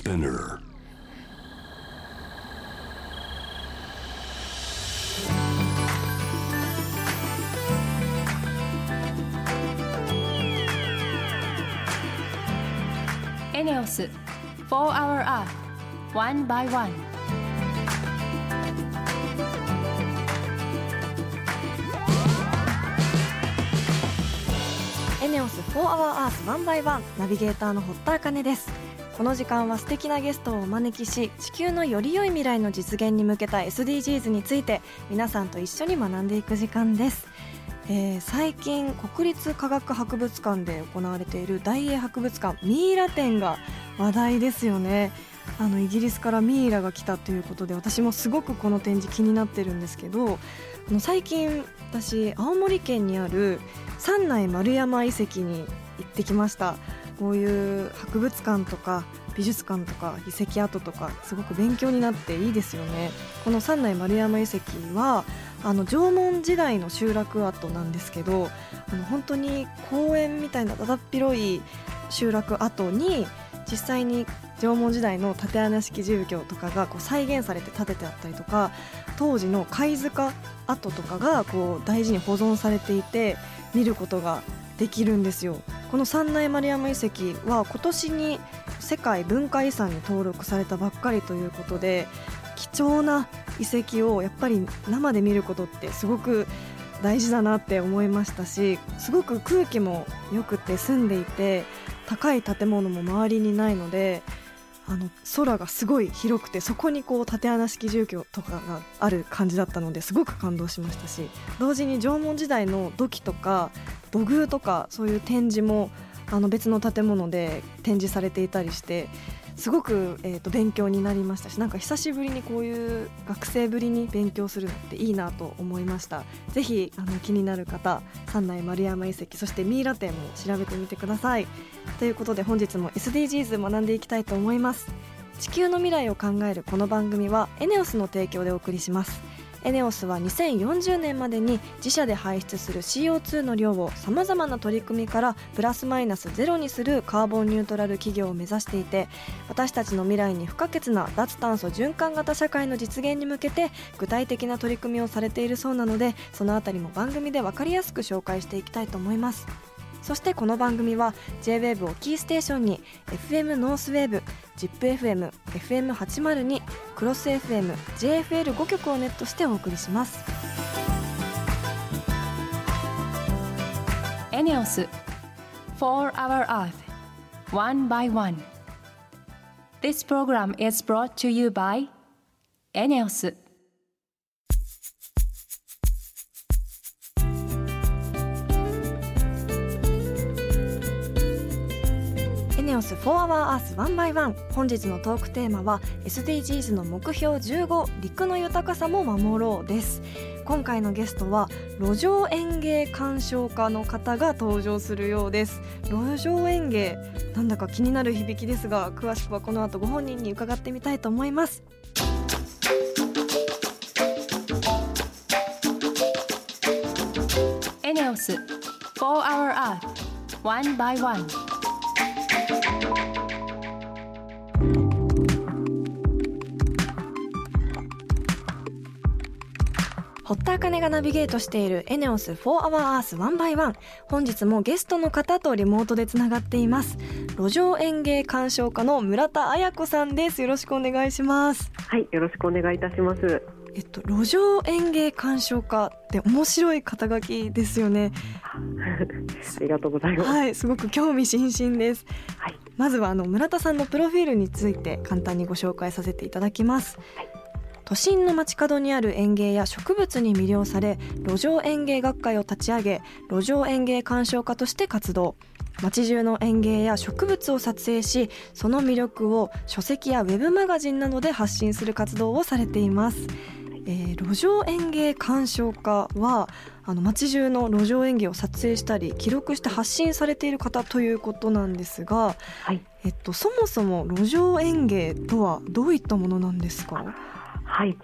Spinner. ENEOS 4-Hour Earth One by One。 ENEOS 4-Hour Earth One by One、ナビゲーターの堀田茜です。この時間は素敵なゲストをお招きし、地球のより良い未来の実現に向けた SDGs について皆さんと一緒に学んでいく時間です。最近国立科学博物館で行われている大英博物館ミイラ展が話題ですよね。イギリスからミイラが来たということで、私もすごくこの展示気になってるんですけど、最近私青森県にある三内丸山遺跡に行ってきました。こういう博物館とか美術館とか遺跡跡とかすごく勉強になっていいですよね。この三内丸山遺跡は縄文時代の集落跡なんですけど、本当に公園みたいなだだっ広い集落跡に実際に縄文時代の竪穴式住居とかがこう再現されて建ててあったりとか、当時の貝塚跡とかがこう大事に保存されていて見ることができるんですよ。この三内丸山遺跡は今年に世界文化遺産に登録されたばっかりということで、貴重な遺跡をやっぱり生で見ることってすごく大事だなって思いましたし、すごく空気も良くて澄んでいて、高い建物も周りにないので空がすごい広くて、そこにこう竪穴式住居とかがある感じだったのですごく感動しましたし、同時に縄文時代の土器とか土偶とかそういう展示も別の建物で展示されていたりして、すごく、勉強になりましたし、なんか久しぶりにこういう学生ぶりに勉強するのっていいなと思いました。ぜひ気になる方、三内丸山遺跡、そしてミイラ展も調べてみてください。ということで本日も SDGs 学んでいきたいと思います。地球の未来を考えるこの番組はENEOSの提供でお送りします。ENEOS は2040年までに自社で排出する CO2 の量をさまざまな取り組みからプラスマイナスゼロにするカーボンニュートラル企業を目指していて、私たちの未来に不可欠な脱炭素循環型社会の実現に向けて具体的な取り組みをされているそうなので、そのあたりも番組で分かりやすく紹介していきたいと思います。そしてこの番組は J-WAVE をキーステーションに FM ノースウェーブ、ZIPFM、FM802、クロス FM、JFL5 曲をネットしてお送りします。 ENEOS 4-Hour Earth One by One。 This program is brought to you by ENEOS。 ENEOS 4-Hour Earth One by One。 本日のトークテーマは SDGs の目標15、陸の豊かさも守ろうです。今回のゲストは路上園芸鑑賞家の方が登場するようです。路上園芸、なんだか気になる響きですが、詳しくはこの後ご本人に伺ってみたいと思います。 ENEOS 4-Hour Earth One by One。 堀田茜がナビゲートしている ENEOS 4-Hour Earth One by One。 本日もゲストの方とリモートでつながっています。路上園芸鑑賞家の村田彩子さんです。よろしくお願いします。 はい、よろしくお願いいたします。 路上園芸鑑賞家って面白い肩書きですよね。 ありがとうございます。 はい、すごく興味津々です。 はい、 まずは村田さんのプロフィールについて簡単にご紹介させていただきます。 はい、 都心の街角にある園芸や植物に魅了され、路上園芸学会を立ち上げ、路上園芸鑑賞家として活動。街中の園芸や植物を撮影し、その魅力を書籍やウェブマガジンなどで発信する活動をされています。路上園芸鑑賞家は街中の路上園芸を撮影したり記録して発信されている方ということなんですが、 はい、 そもそも路上園芸とはどういったものなんですか？ はい、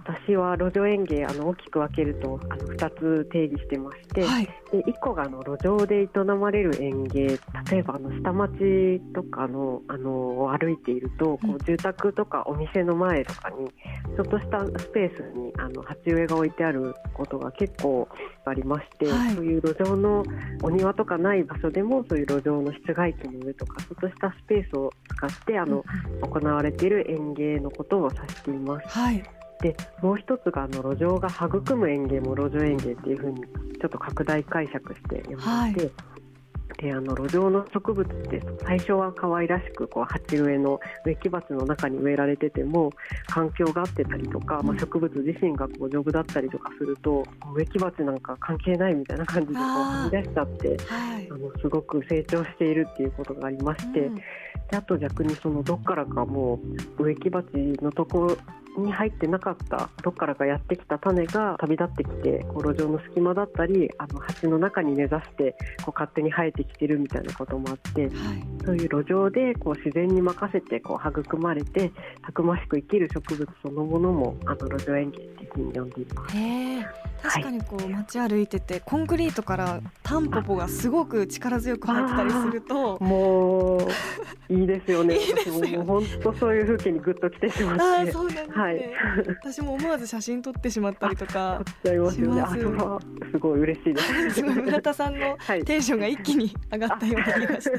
私は路上園芸大きく分けると2つ定義してまして、 はい、 で1個が路上で営まれる園芸、例えば下町とかの歩いているとこう住宅とかお店の前とかにちょっとしたスペースに鉢植えが置いてあることが結構ありまして、 はい、 そういう路上のお庭とかない場所でもそういう路上の室外機の上とかちょっとしたスペースを使って行われている園芸のことを指しています。 はい、 でもう一つが路上が育む園芸も路上園芸っていう風にちょっと拡大解釈して読みまして、で路上の植物って最初は可愛らしくこう鉢植えの植木鉢の中に植えられてても環境が合ってたりとか、植物自身がこう丈夫だったりとかすると植木鉢なんか関係ないみたいな感じでこうはみ出しちゃって、 はい、 すごく成長しているっていうことがありまして、であと逆にどっからかもう植木鉢のとこに入ってなかったどっからかやってきた種が旅立ってきてこう路上の隙間だったり鉢の中に根ざしてこう勝手に生えてきてるみたいなこともあって、はい、そういう路上でこう自然に任せてこう育まれてたくましく生きる植物そのものも路上園芸っていうふうに呼んでいます。 確かにこう街歩いててコンクリートからタンポポがすごく力強く生えてたりするともういいですよね。いいですよね。もう本当そういう風景にグッと来てしまって、 そうなんですね、はい、私も思わず写真撮ってしまったりとかしますよね。すごい嬉しいです。 すごい村田さんのテンションが一気に上がったような気がして、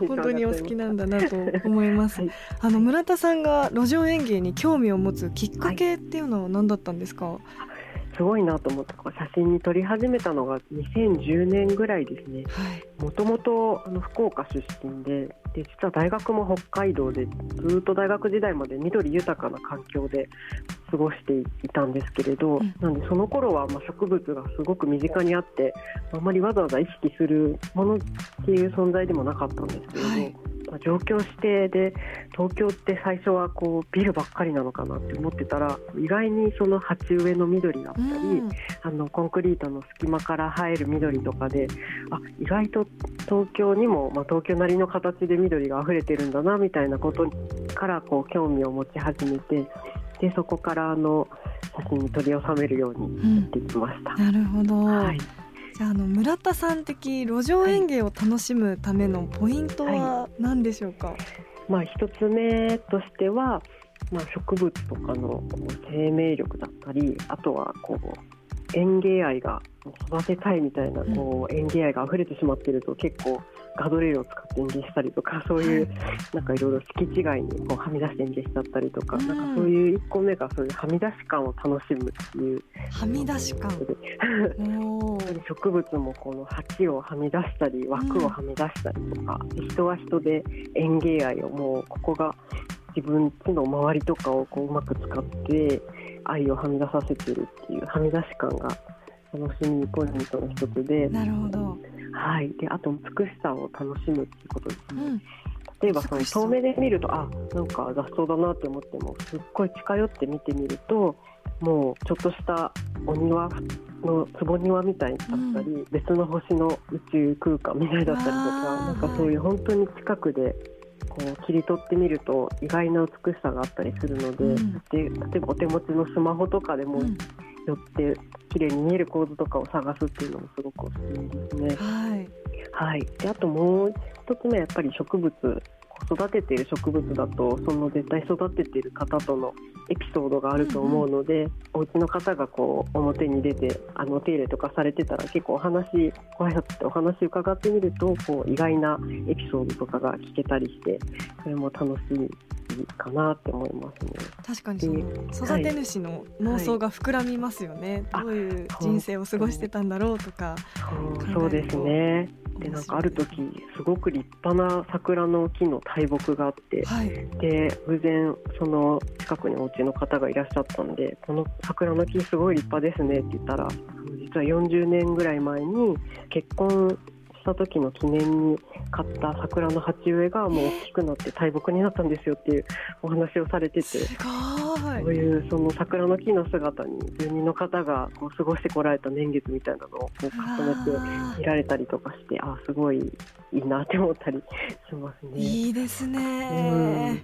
本当にお好きなんだなと思います、はい、村田さんが路上園芸に興味を持つきっかけっていうのは何だったんですか？ すごいなと思って写真に撮り始めたのが2010年ぐらいですね。もともと福岡出身で実は大学も北海道でずっと大学時代まで緑豊かな環境で過ごしていたんですけれど、なんでその頃は植物がすごく身近にあってあまりわざわざ意識するものっていう存在でもなかったんですけれど、はい、上京してで東京って最初はこうビルばっかりなのかなって思ってたら意外にその鉢植えの緑だったり、コンクリートの隙間から生える緑とかで意外と東京にも、東京なりの形で緑が溢れてるんだなみたいなことからこう興味を持ち始めて、でそこから写真に取り収めるようになっていきました。 なるほど、はい、じゃあ村田さん的路上園芸を楽しむためのポイントは何でしょうか？ 一つ目としては、植物とかの生命力だったり、あとは園芸愛が育てたいみたいな園芸愛が溢れてしまっていると結構ガードレールを使って園芸したりとか、そういうなんかいろいろ敷地外にはみ出して園芸しちゃったりとか、なんかそういう1個目がそういうはみ出し感を楽しむっていう。 はみ出し感植物もこの鉢をはみ出したり枠をはみ出したりとか、人は人で園芸愛をもうここが自分家の周りとかをうまく使って愛をはみ出させてるっていうはみ出し感が楽しみポイントの一つで。 なるほど、 はい、であと美しさを楽しむっていうことですね。例えば遠目で見るとなんか雑草だなって思ってもすっごい近寄って見てみるともうちょっとしたお庭の坪庭みたいだったり、別の星の宇宙空間みたいだったりとか、なんかそういう本当に近くで切り取ってみると意外な美しさがあったりするので、例えばお手持ちのスマホとかでも寄って綺麗に見える構図とかを探すっていうのもすごくおすすめですね。はい、であともう一つ目はやっぱり植物、育てている植物だとその絶対育てている方とのエピソードがあると思うので、お家の方が表に出てお手入れとかされてたら結構ご挨拶ってお話伺ってみると意外なエピソードとかが聞けたりして、それも楽しいかなって思いますね。 確かにその育て主の妄想が膨らみますよね、どういう人生を過ごしてたんだろうとか。 そうですね。でなんかある時すごく立派な桜の木の大木があって、で偶然その近くにお家の方がいらっしゃったんで、この桜の木すごい立派ですねって言ったら、実は40年ぐらい前に結婚した時の記念に買った桜の鉢植えがもう大きくなって大木になったんですよっていうお話をされてて、そういうその桜の木の姿に住人の方が過ごしてこられた年月みたいなのを重ねて見られたりとかして、すごいいいなって思ったりしますね。 いいですね。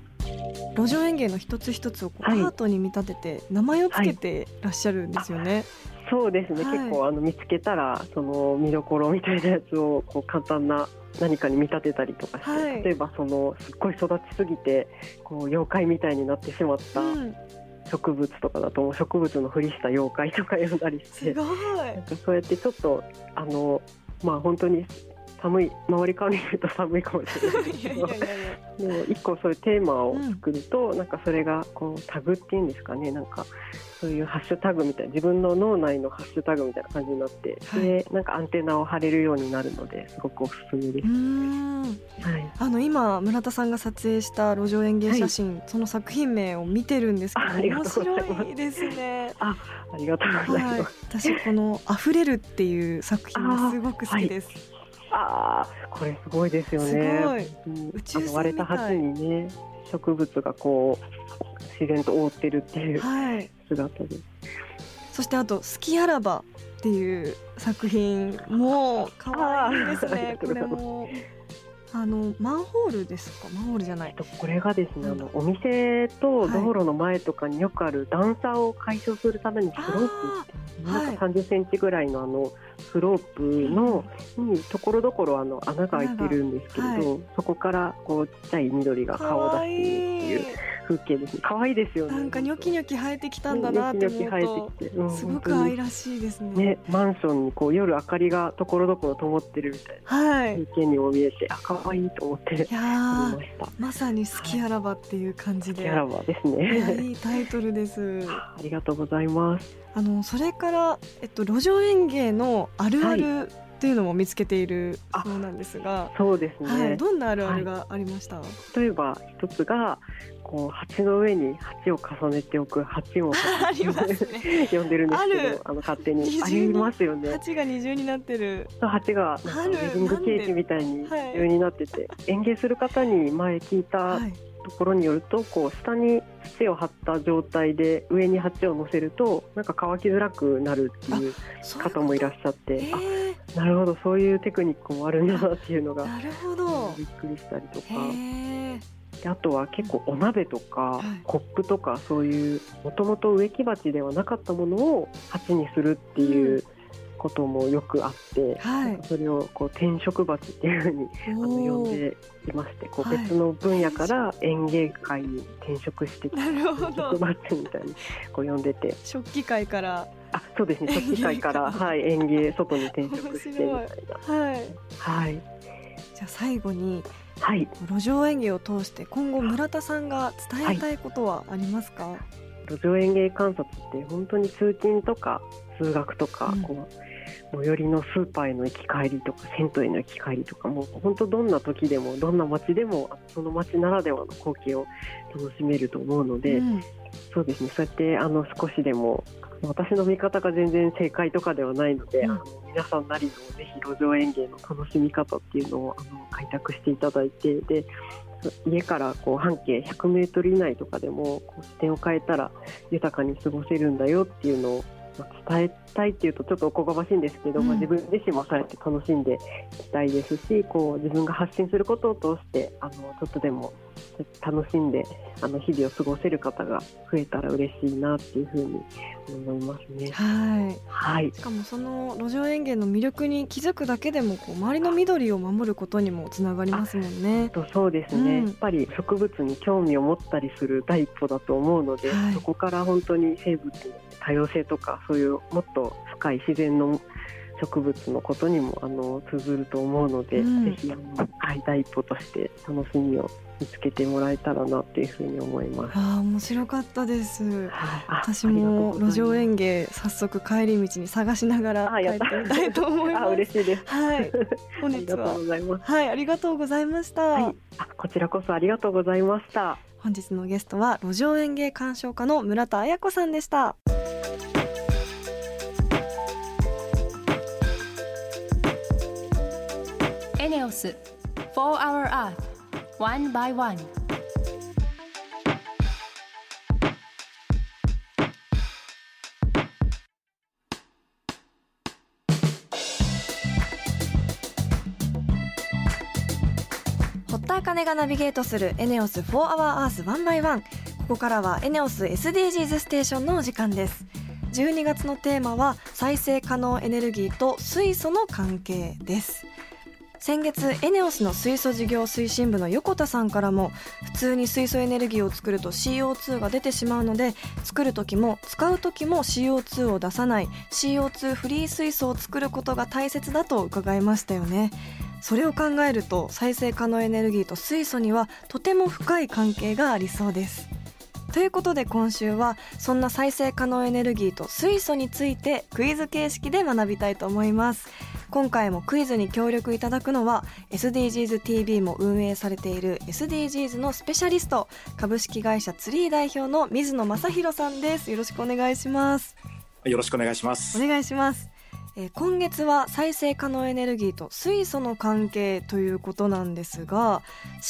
路上園芸の一つ一つをアートに見立てて名前をつけてらっしゃるんですよね。 そうですね、結構見つけたらその見どころみたいなやつをこう簡単な何かに見立てたりとかして、例えばそのすっごい育ちすぎてこう妖怪みたいになってしまった植物とかだと、植物のふりした妖怪とか呼んだりして、 すごいそうやってちょっと本当に寒い、周りから見ると寒いかもしれないですけどでも一個そういうテーマを作ると、なんかそれがこうタグっていうんですかね、なんかそういうハッシュタグみたいな、自分の脳内のハッシュタグみたいな感じになって、でなんかアンテナを張れるようになるのですごくおすすめです。 今村田さんが撮影した路上園芸写真、その作品名を見てるんですけど、面白いですね。 ありがとうございます。 私この溢れるっていう作品がすごく好きです。 これすごいですよね。宇宙船みたい。割れた鉢にね、植物がこう自然と覆ってるっていう姿で、 そしてあと好きあらばっていう作品も可愛いですね。これもマンホールですか？マンホールじゃない、 これがですね、お店と道路の前とかによくある段差を解消するためにスロープってなんか30センチぐらいのスロープのにところどころ穴が開いてるんですけれど、そこからこうちっちゃい緑が顔を出しているっていう風景ですね。可愛いですよね。なんかニョキニョキ生えてきたんだなって思うと、すごく愛らしいですね。 マンションにこう夜明かりがところどころ灯ってるみたいな風景にも見えて、可愛いと思って撮りました。 まさに好きあらばっていう感じで、 好きあらばですね。 いいタイトルです。 ありがとうございます。 それから、路上園芸のあるあるっていうのも見つけているそうなんですが、 そうですね、 どんなあるあるがありました？ 例えば一つがこう鉢の上に鉢を重ねておく鉢もありますね。 呼んでるんですけど、勝手にありますよね。 鉢が二重になってる。 鉢がなんかウェディングケーキみたいに二重になってて、園芸する方に前聞いたところによると、こう下に土を張った状態で上に鉢を乗せるとなんか乾きづらくなるっていう方もいらっしゃって、なるほど、そういうテクニックもあるんだなっていうのがびっくりしたりとか、であとは結構お鍋とかコップとか、そういうもともと植木鉢ではなかったものを鉢にするっていうこともよくあって、それをこう転職鉢っていうふうに呼んでいまして、こう別の分野から園芸界に転職してきた転職鉢みたいにこう呼んでて、 食器界からそうですね、食器界から園芸外に転職してみたいな。 じゃあ最後に、路上園芸を通して今後村田さんが伝えたいことはありますか？ 路上園芸観察って本当に通勤とか通学とか、最寄りのスーパーへの行き帰りとか銭湯への行き帰りとか、もう本当どんな時でもどんな街でもその街ならではの光景を楽しめると思うので、そうですね、そうやって少しでも、私の見方が全然正解とかではないので、皆さんなりのぜひ路上園芸の楽しみ方っていうのを開拓していただいて、で家からこう半径100メートル以内とかでもこう視点を変えたら豊かに過ごせるんだよっていうのを伝えたいっていうとちょっとおこがましいんですけど、自分自身もそうやって楽しんでいきたいですし、こう自分が発信することを通してちょっとでも楽しんで日々を過ごせる方が増えたら嬉しいなっていうふうに思いますね。しかもその路上園芸の魅力に気づくだけでもこう周りの緑を守ることにもつながりますもんね。 そうですね、やっぱり植物に興味を持ったりする第一歩だと思うので、そこから本当に生物の多様性とかそういうもっと深い自然の植物のことにも通ずると思うので、ぜひ第一歩として楽しみを見つけてもらえたらなっていうふうに思います。 面白かったです。私も路上園芸早速帰り道に探しながら帰ってみたいと思います。 嬉しいです。 本日はありがとうございます。 ありがとうございました。 こちらこそありがとうございました。 本日のゲストは路上園芸鑑賞家の村田彩子さんでした。 エネオス For Our Earth One by One。 堀田茜がナビゲートするエネオス4 Hour Earth 1 by 1。ここからはエネオス SDGs ステーションのお時間です。12月のテーマは再生可能エネルギーと水素の関係です。先月エネオスの水素事業推進部の横田さんからも、普通に水素エネルギーを作ると CO2 が出てしまうので、作る時も使う時も CO2 を出さない CO2 フリー水素を作ることが大切だと伺いましたよね。それを考えると再生可能エネルギーと水素にはとても深い関係がありそうです。ということで今週はそんな再生可能エネルギーと水素についてクイズ形式で学びたいと思います。今回もクイズに協力いただくのは SDGs TV も運営されている SDGs のスペシャリスト、株式会社ツリー代表の水野正弘さんです。よろしくお願いします。 よろしくお願いします。 お願いします。今月は再生可能エネルギーと水素の関係ということなんですが、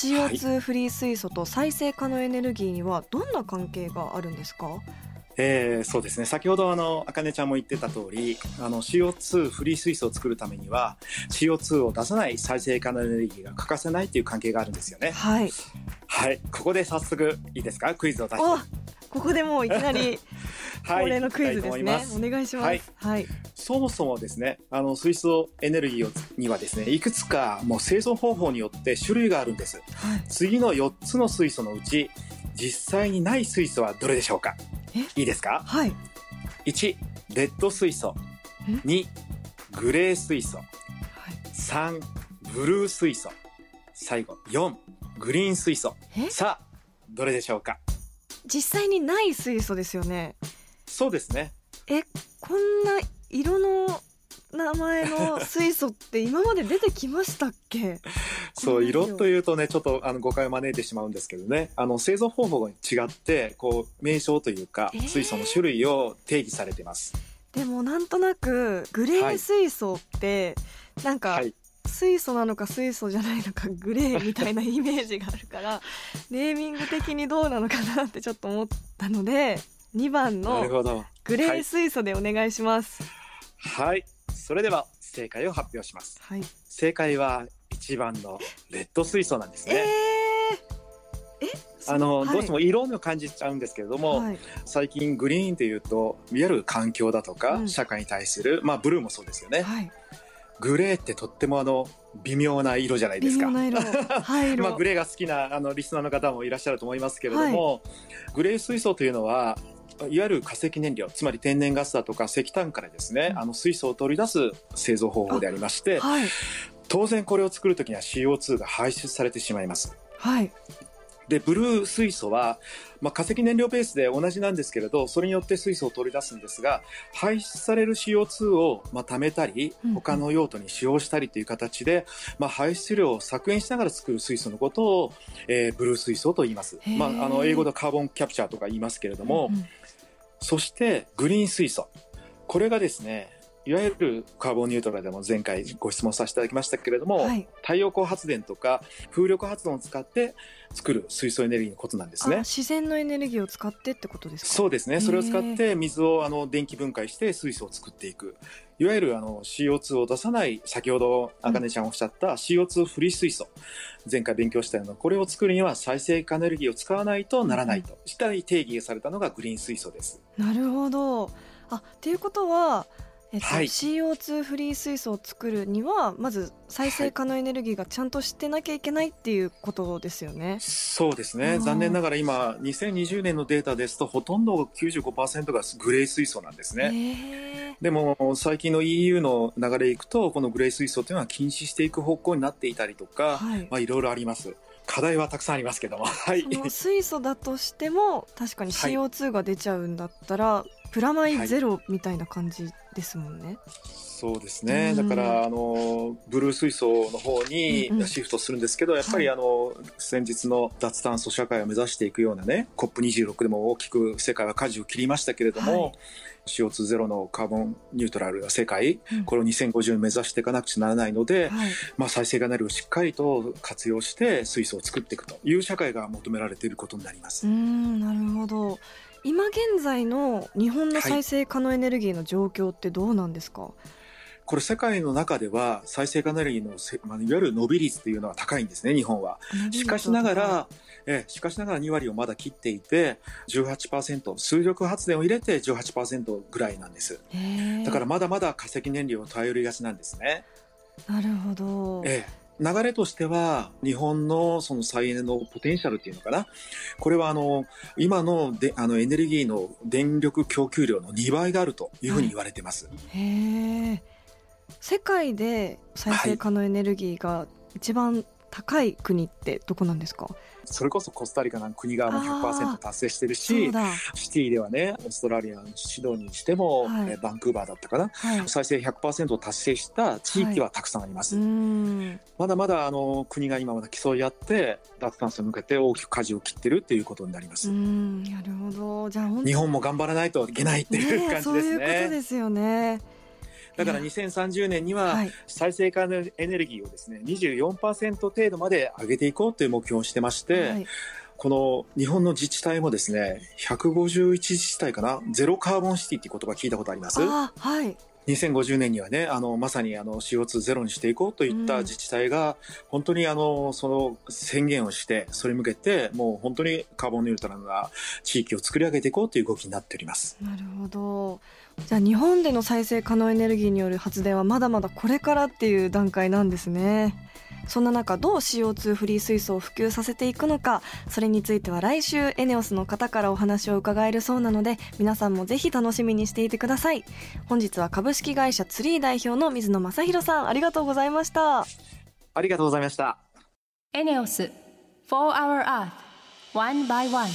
CO2 フリー水素と再生可能エネルギーにはどんな関係があるんですか？ そうですね、先ほど茜ちゃんも言ってた通り、CO2 フリー水素を作るためには CO2 を出さない再生可能エネルギーが欠かせないという関係があるんですよね。 はい、 はい、ここで早速いいですか、クイズを出して。 ここでもういきなり恒例のクイズですね。お願いします。 はいはい、 そもそもですね、水素エネルギーにはですね、いくつかもう製造方法によって種類があるんです。はい、次の4つの水素のうち実際にない水素はどれでしょうか？いいですか？ はい、 1、レッド水素。2、グレー水素。3、ブルー水素。最後4、グリーン水素。さあどれでしょうか？ 実際にない水素ですよね。 そうですね。 こんな色の名前の水素って今まで出てきましたっけ？ そう、色というとね、ちょっと誤解を招いてしまうんですけどね、製造方法が違って名称というか、水素の種類を定義されています。 でもなんとなくグレー水素って、なんか、水素なのか水素じゃないのかグレーみたいなイメージがあるからネーミング的にどうなのかなってちょっと思ったので、2番のグレー水素でお願いします。 はい、それでは正解を発表します。 はい、 正解は1番のレッド水素なんですね。どうしても色を感じちゃうんですけれども、最近グリーンというといわゆる環境だとか、社会に対する、ブルーもそうですよね。グレーってとっても微妙な色じゃないですか。 微妙な色、灰色グレーが好きなリスナーの方もいらっしゃると思いますけれども、グレー水素というのはいわゆる化石燃料、つまり天然ガスだとか石炭からですね、水素を取り出す製造方法でありまして、当然これを作るときには CO2 が排出されてしまいます。でブルー水素は、化石燃料ベースで同じなんですけれど、それによって水素を取り出すんですが、排出される CO2 を貯めたり他の用途に使用したりという形で、排出量を削減しながら作る水素のことを、ブルー水素と言います。英語でカーボンキャプチャーとか言いますけれども、そしてグリーン水素、これがですね、いわゆるカーボンニュートラルでも前回ご質問させていただきましたけれども、太陽光発電とか風力発電を使って作る水素エネルギーのことなんですね。 自然のエネルギーを使ってってことですか？ そうですね。それを使って水を電気分解して水素を作っていく、いわゆるCO2 を出さない、先ほど茜ちゃんおっしゃった CO2 フリー水素、前回勉強したような、これを作るには再生可能エネルギーを使わないとならないとした定義されたのがグリーン水素です。 なるほど。っていうことはCO2 フリー水素を作るにはまず再生可能エネルギーがちゃんとしてなきゃいけないっていうことですよね。 そうですね。残念ながら今2020年のデータですとほとんど 95% がグレー水素なんですね。でも最近の EU の流れいくとこのグレー水素というのは禁止していく方向になっていたりとか、いろいろあります。課題はたくさんありますけども、その水素だとしても確かに CO2 が出ちゃうんだったら、プラマイゼロみたいな感じですもんね。 そうですね。だからブルー水素の方にシフトするんですけど、やっぱり先日の脱炭素社会を目指していくようなね COP26 でも大きく世界は舵を切りましたけれども、CO2 ゼロのカーボンニュートラルな世界、これを2050年目指していかなくちゃならないので、再生可能エネルギーをしっかりと活用して水素を作っていくという社会が求められていることになります。 なるほど。今現在の日本の再生可能エネルギーの状況ってどうなんですか？ これ世界の中では再生可能エネルギーのいわゆる伸び率というのは高いんですね、日本は。しかしながら2割をまだ切っていて 18%、 水力発電を入れて 18% ぐらいなんです。だからまだまだ化石燃料を頼りがちなんですね。 なるほど。 流れとしては日本のその再エネのポテンシャルっていうのかな、これは今のエネルギーの電力供給量の2倍があるというふうに言われています。 世界で再生可能エネルギーが一番高い国ってどこなんですか？ それこそコスタリカなんか国が 100% 達成してるし、シティではね、オーストラリアのシドニーにしても、バンクーバーだったかな、再生 100% を達成した地域はたくさんあります。まだまだ国が今まだ競い合って脱炭素に向けて大きく舵を切ってるっていうことになります。 なるほど。じゃあ日本も頑張らないといけないっていう感じですね。 そういうことですよね。 だから2030年には再生可能エネルギーをですね 24% 程度まで上げていこうという目標をしてまして、この日本の自治体もですね151自治体かな、ゼロカーボンシティっていう言葉聞いたことあります？2050年にはね、まさにCO2 ゼロにしていこうといった自治体が本当にその宣言をして、それに向けてもう本当にカーボンニュートラルな地域を作り上げていこうという動きになっております。 なるほど。じゃあ日本での再生可能エネルギーによる発電はまだまだこれからっていう段階なんですね。そんな中、どう CO2 フリー水素を普及させていくのか、それについては来週エネオスの方からお話を伺えるそうなので、皆さんもぜひ楽しみにしていてください。本日は株式会社ツリー代表の水野正弘さん、ありがとうございました。 ありがとうございました。 エネオス For Our Earth One by One。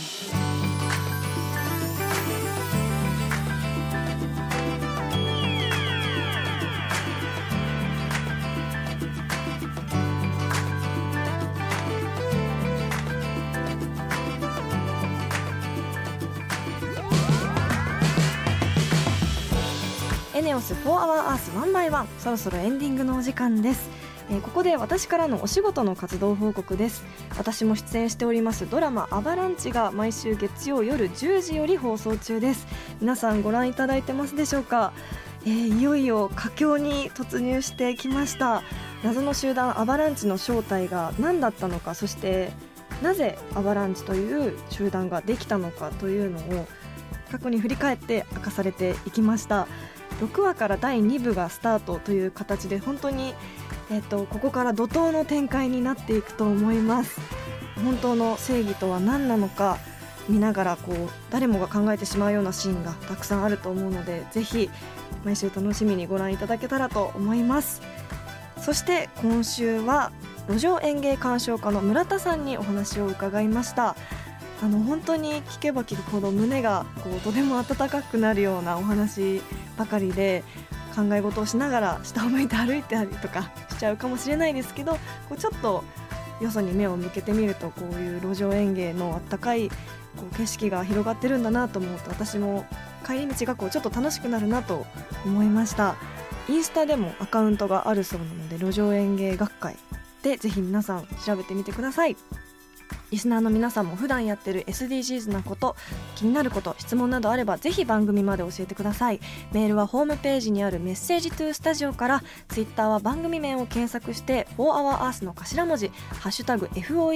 エネオス For Our Earth One by One、 そろそろエンディングのお時間です。ここで私からのお仕事の活動報告です。私も出演しておりますドラマアバランチが毎週月曜夜10時より放送中です。皆さんご覧いただいてますでしょうか？いよいよ佳境に突入してきました。謎の集団アバランチの正体が何だったのか、そしてなぜアバランチという集団ができたのかというのを過去に振り返って明かされていきました。6話から第2部がスタートという形で、本当に、ここから怒涛の展開になっていくと思います。本当の正義とは何なのか見ながら誰もが考えてしまうようなシーンがたくさんあると思うので、ぜひ毎週楽しみにご覧いただけたらと思います。そして今週は路上園芸鑑賞家の村田さんにお話を伺いました。本当に聞けば聞くほど胸がとても温かくなるようなお話ばかりで、考え事をしながら下を向いて歩いたりとかしちゃうかもしれないですけど、ちょっとよそに目を向けてみると、こういう路上園芸のあったかい景色が広がってるんだなと思うと、私も帰り道がちょっと楽しくなるなと思いました。インスタでもアカウントがあるそうなので、路上園芸学会でぜひ皆さん調べてみてください。リスナーの皆さんも普段やってる SDGs なこと、気になること、質問などあればぜひ番組まで教えてください。メールはホームページにあるメッセージトゥースタジオから、ツイッターは番組名を検索して For Our Earth の頭文字ハッシュタグ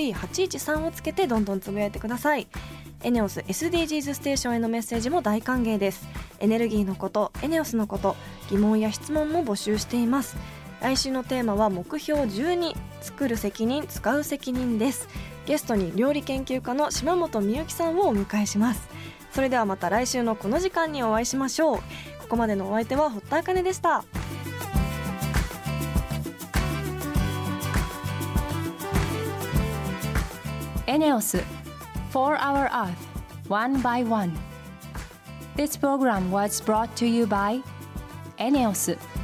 FOE813 をつけてどんどんつぶやいてください。エネオス SDGs ステーションへのメッセージも大歓迎です。エネルギーのこと、エネオスのこと、疑問や質問も募集しています。来週のテーマは目標12、作る責任、使う責任です。ゲストに料理研究家の島本美由さんをお迎えします。それではまた来週のこの時間にお会いしましょう。ここまでのお相手は堀田茜でした。 エネオス For Our Earth One by One。 This program was brought to you by エネオス。